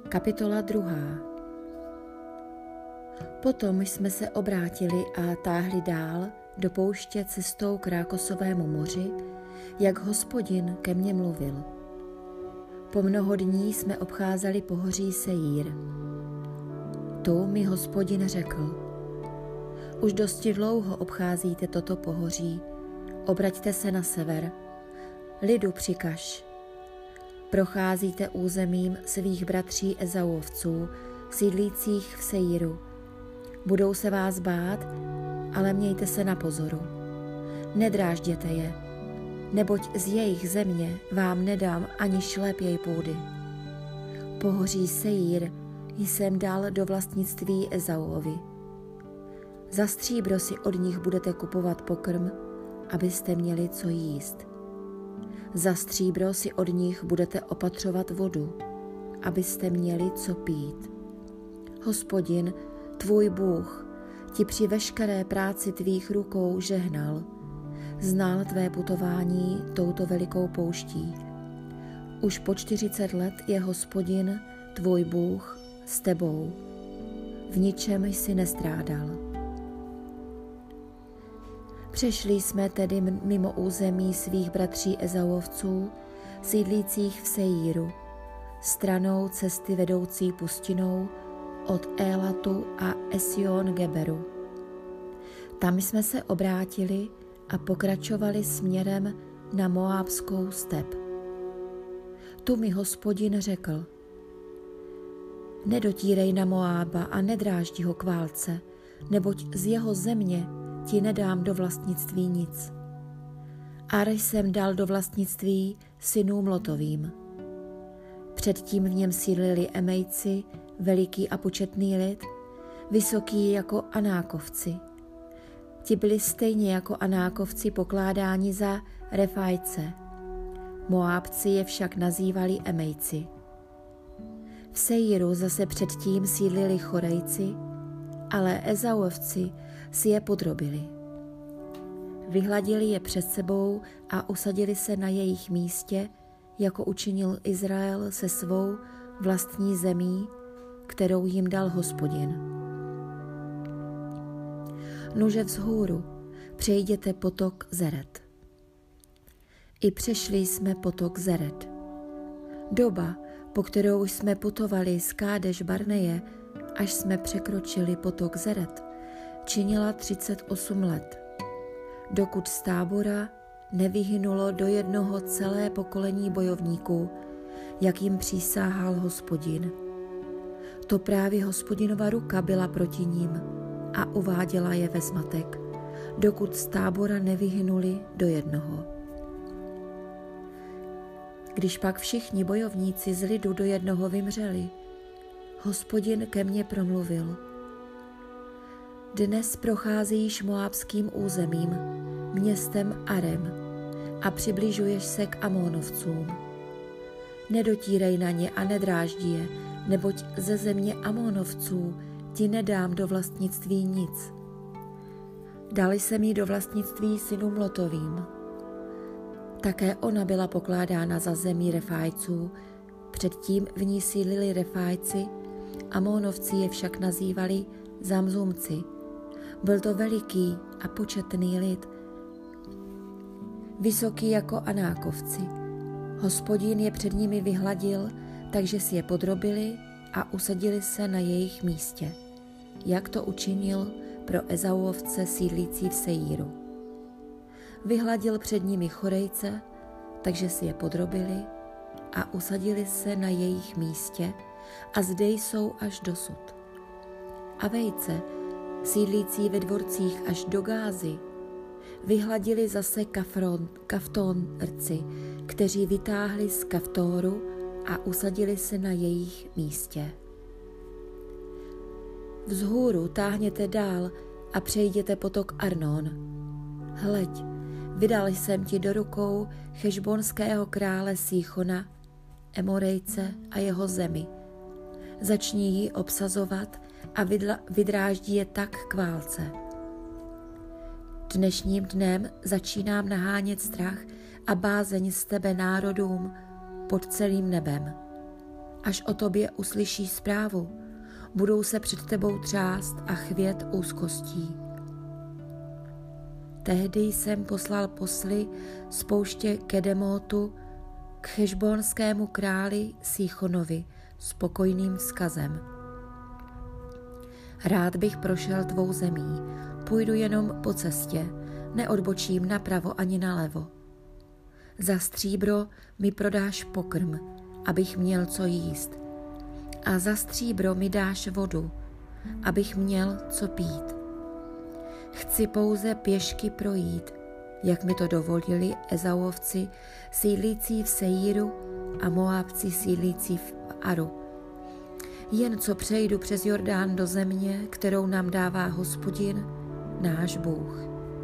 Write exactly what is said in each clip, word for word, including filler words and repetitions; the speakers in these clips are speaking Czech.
Kapitola druhá. Potom jsme se obrátili a táhli dál do pouště cestou k Rákosovému moři, jak Hospodin ke mně mluvil. Po mnoho dní jsme obcházeli pohoří Sejír. Tu mi Hospodin řekl: Už dosti dlouho obcházíte toto pohoří, obraťte se na sever, lidu přikaž. Procházíte územím svých bratří Ezauovců, sídlících v Sejíru. Budou se vás bát, ale mějte se na pozoru. Nedrážděte je, neboť z jejich země vám nedám ani šlép jej půdy. Pohoří Sejír jsem dal do vlastnictví Ezauovi. Za stříbro si od nich budete kupovat pokrm, abyste měli co jíst. Za stříbro si od nich budete opatřovat vodu, abyste měli co pít. Hospodin, tvůj Bůh, ti při veškeré práci tvých rukou žehnal, znal tvé putování touto velikou pouští. Už po čtyřicet let je Hospodin, tvůj Bůh, s tebou. V ničem jsi nestrádal. Přešli jsme tedy mimo území svých bratří Ezauovců, sídlících v Sejíru, stranou cesty vedoucí pustinou od Élatu a Esion Geberu. Tam jsme se obrátili a pokračovali směrem na Moábskou step. Tu mi Hospodin řekl: Nedotírej na Moába a nedráždi ho k válce, neboť z jeho země ti nedám do vlastnictví nic. Ar jsem dal do vlastnictví synům Lotovým. Předtím v něm sídlili Emejci, veliký a početný lid, vysoký jako Anákovci. Ti byli stejně jako Anákovci pokládáni za Refajce. Moábci je však nazývali Emejci. V Sejíru zase předtím sídlili Chorejci, ale Ezauovci si je podrobili. Vyhladili je před sebou a usadili se na jejich místě, jako učinil Izrael se svou vlastní zemí, kterou jim dal Hospodin. Nuže vzhůru přejděte potok Zered. I přešli jsme potok Zered. Doba, po kterou jsme putovali z Kádeš Barneje, až jsme překročili potok Zered, činila třicet osm let, dokud z tábora nevyhynulo do jednoho celé pokolení bojovníků, jak jim přísáhal Hospodin. To právě Hospodinova ruka byla proti ním a uváděla je ve zmatek, dokud z tábora nevyhynuli do jednoho. Když pak všichni bojovníci z lidu do jednoho vymřeli, Hospodin ke mně promluvil: Dnes procházíš moábským územím, městem Arem, a přibližuješ se k Amónovcům. Nedotírej na ně a nedráždi je, neboť ze země Amónovců ti nedám do vlastnictví nic. Dal jsem ji do vlastnictví synům Lotovým. Také ona byla pokládána za zemí Refajců, předtím v ní sídlili Refajci, Amónovci je však nazývali Zamzumci. Byl to veliký a početný lid, vysoký jako Anákovci. Hospodin je před nimi vyhladil, takže si je podrobili a usadili se na jejich místě, jak to učinil pro Ezauovce sídlící v Sejíru. Vyhladil před nimi Chorejce, takže si je podrobili a usadili se na jejich místě a zde jsou až dosud. A Vejce, sídlící ve dvorcích až do Gázy, vyhladili zase Kafron, Kaftonrci, kteří vytáhli z Kaftóru a usadili se na jejich místě. Vzhůru táhněte dál a přejděte potok Arnón. Hleď, vydal jsem ti do rukou chešbonského krále Síchona, Emorejce a jeho zemi. Začni ji obsazovat a vydráždí je tak k válce. Dnešním dnem začínám nahánět strach a bázeň z tebe národům pod celým nebem. až o tobě uslyší zprávu, budou se před tebou třást a chvět úzkostí. Tehdy jsem poslal posly z pouště Kedemótu k chešbonskému králi Síchonovi s pokojným vzkazem. Rád bych prošel tvou zemí, půjdu jenom po cestě, neodbočím napravo ani nalevo. Za stříbro mi prodáš pokrm, abych měl co jíst, a za stříbro mi dáš vodu, abych měl co pít. Chci pouze pěšky projít, jak mi to dovolili Ezaovci sídlící v Seíru a Moábci sídlící v Aru. Jen co přejdu přes Jordán do země, kterou nám dává Hospodin, náš Bůh.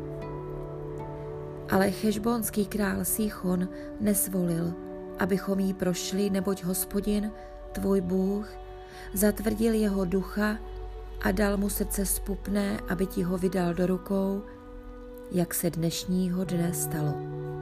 Ale chešbonský král Síchon nesvolil, abychom jí prošli, neboť Hospodin, tvůj Bůh, zatvrdil jeho ducha a dal mu srdce zpupné, aby ti ho vydal do rukou, jak se dnešního dne stalo.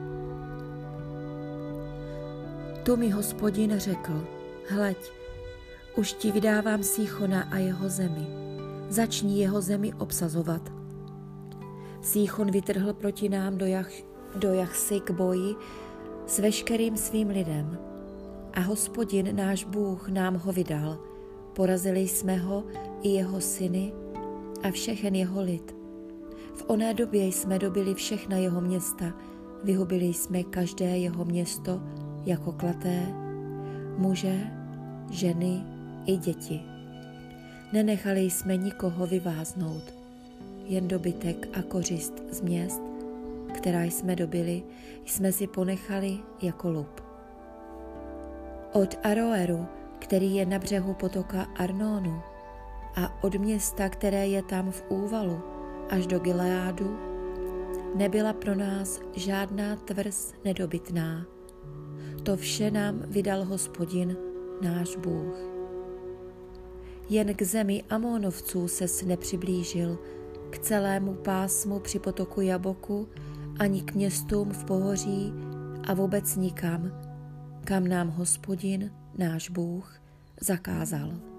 Tu mi Hospodin řekl, hleď, už ti vydávám Síchona a jeho zemi, začni jeho zemi obsazovat. Síchon vytrhl proti nám do, Jach, do Jachsy k boji s veškerým svým lidem a Hospodin náš Bůh nám ho vydal. Porazili jsme ho i jeho syny a všechen jeho lid. V oné době jsme dobili všechna jeho města, vyhubili jsme každé jeho město jako klaté, muže, ženy i děti. Nenechali jsme nikoho vyváznout, jen dobytek a kořist z měst, která jsme dobili, jsme si ponechali jako lup. Od Aroeru, který je na břehu potoka Arnónu, a od města, které je tam v úvalu, až do Gileádu, nebyla pro nás žádná tvrz nedobytná. To vše nám vydal Hospodin, náš Bůh. Jen k zemi Amónovců ses nepřiblížil, k celému pásmu při potoku Jaboku, ani k městům v pohoří a vůbec nikam, kam nám Hospodin, náš Bůh, zakázal.